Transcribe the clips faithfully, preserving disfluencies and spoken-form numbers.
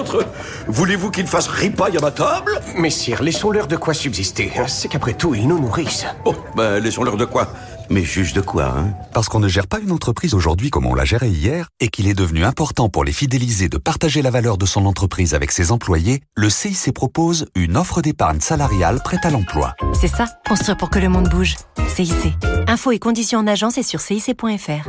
ventre. Voulez-vous qu'ils fassent ripaille à ma table? Messire, laissons-leur de quoi subsister. C'est qu'après tout, ils nous nourrissent. Bon, ben, laissons-leur de quoi. Mais juge de quoi, hein? Parce qu'on ne gère pas une entreprise aujourd'hui comme on l'a gérée hier et qu'il est devenu important pour les fidéliser de partager la valeur de son entreprise avec ses employés, le C I C propose une offre d'épargne salariale prête à l'emploi. C'est ça, construire pour que le monde bouge. C I C. Infos et conditions en agence et sur C I C point F R.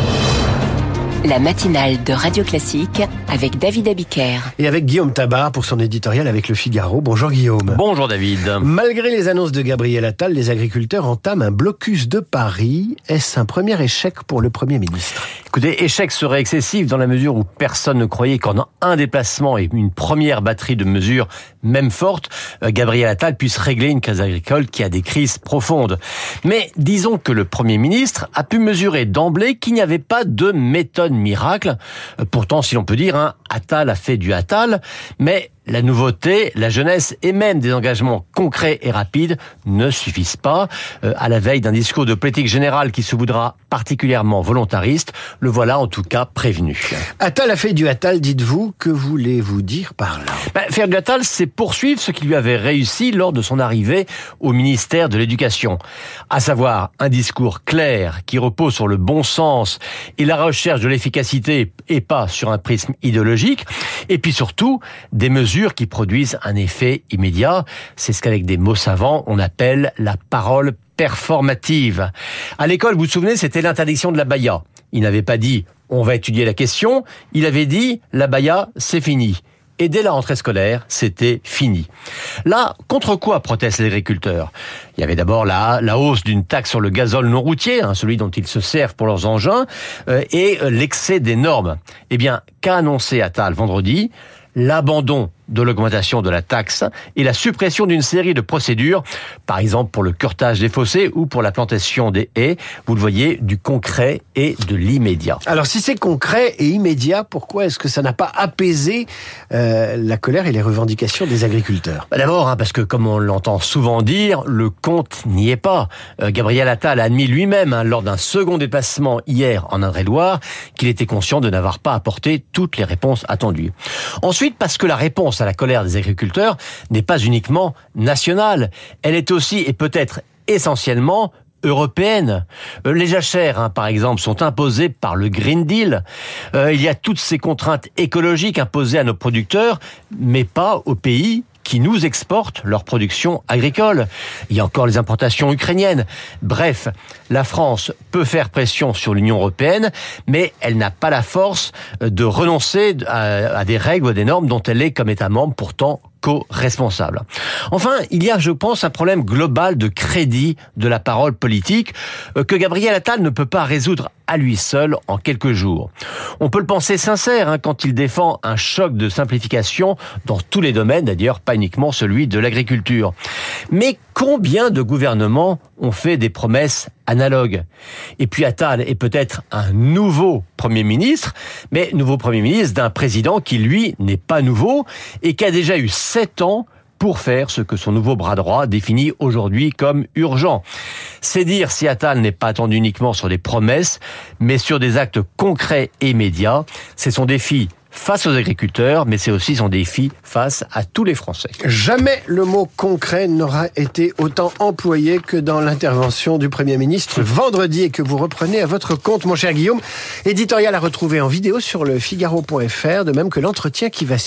La matinale de Radio Classique avec David Abiker. Et avec Guillaume Tabar pour son éditorial avec Le Figaro. Bonjour Guillaume. Bonjour David. Malgré les annonces de Gabriel Attal, les agriculteurs entament un blocus de Paris. Est-ce un premier échec pour le Premier ministre? Écoutez, échec serait excessif dans la mesure où personne ne croyait qu'en un déplacement et une première batterie de mesures, même fortes, Gabriel Attal puisse régler une crise agricole qui a des crises profondes. Mais disons que le Premier ministre a pu mesurer d'emblée qu'il n'y avait pas de méthode miracle. Pourtant, si l'on peut dire, hein, Attal a fait du Attal, mais la nouveauté, la jeunesse et même des engagements concrets et rapides ne suffisent pas. Euh, à la veille d'un discours de politique générale qui se voudra particulièrement volontariste, le voilà en tout cas prévenu. Attal a fait du Attal, dites-vous. Que voulez-vous dire par là? Ben, faire du Attal, c'est poursuivre ce qui lui avait réussi lors de son arrivée au ministère de l'Éducation. À savoir un discours clair qui repose sur le bon sens et la recherche de l'efficacité et pas sur un prisme idéologique. Et puis surtout, des mesures qui produisent un effet immédiat. C'est ce qu'avec des mots savants, on appelle la parole performative. À l'école, vous vous souvenez, c'était l'interdiction de la baya. Il n'avait pas dit « on va étudier la question », il avait dit « la baya, c'est fini ». Et dès la rentrée scolaire, c'était fini. Là, contre quoi protestent les agriculteurs? Il y avait d'abord la, la hausse d'une taxe sur le gazole non routier, hein, celui dont ils se servent pour leurs engins, euh, et l'excès des normes. Eh bien, qu'a annoncé Attal vendredi? L'abandon de l'augmentation de la taxe et la suppression d'une série de procédures, par exemple pour le curtage des fossés ou pour la plantation des haies. Vous le voyez, du concret et de l'immédiat. Alors si c'est concret et immédiat, pourquoi est-ce que ça n'a pas apaisé euh, la colère et les revendications des agriculteurs? Bah d'abord, hein, parce que comme on l'entend souvent dire, le compte n'y est pas. Euh, Gabriel Attal a admis lui-même, hein, lors d'un second déplacement hier en Indre-et-Loire, qu'il était conscient de n'avoir pas apporté toutes les réponses attendues. Ensuite, parce que la réponse à la colère des agriculteurs n'est pas uniquement nationale. Elle est aussi et peut-être essentiellement européenne. Les jachères, hein, par exemple, sont imposées par le Green Deal. Euh, il y a toutes ces contraintes écologiques imposées à nos producteurs, mais pas aux pays qui nous exportent leur production agricole. Il y a encore les importations ukrainiennes. Bref, la France peut faire pression sur l'Union européenne, mais elle n'a pas la force de renoncer à, à des règles ou à des normes dont elle est, comme État membre, pourtant co-responsable. Enfin, il y a, je pense, un problème global de crédit de la parole politique que Gabriel Attal ne peut pas résoudre à lui seul en quelques jours. On peut le penser sincère hein, quand il défend un choc de simplification dans tous les domaines, d'ailleurs pas uniquement celui de l'agriculture. Mais combien de gouvernements ont fait des promesses analogues? Et puis Attal est peut-être un nouveau Premier ministre, mais nouveau Premier ministre d'un président qui, lui, n'est pas nouveau et qui a déjà eu sept ans pour faire ce que son nouveau bras droit définit aujourd'hui comme urgent. C'est dire si Attal n'est pas attendu uniquement sur des promesses, mais sur des actes concrets et immédiats. C'est son défi face aux agriculteurs, mais c'est aussi son défi face à tous les Français. Jamais le mot concret n'aura été autant employé que dans l'intervention du Premier ministre vendredi et que vous reprenez à votre compte, mon cher Guillaume. Éditorial à retrouver en vidéo sur le Figaro point F R, de même que l'entretien qui va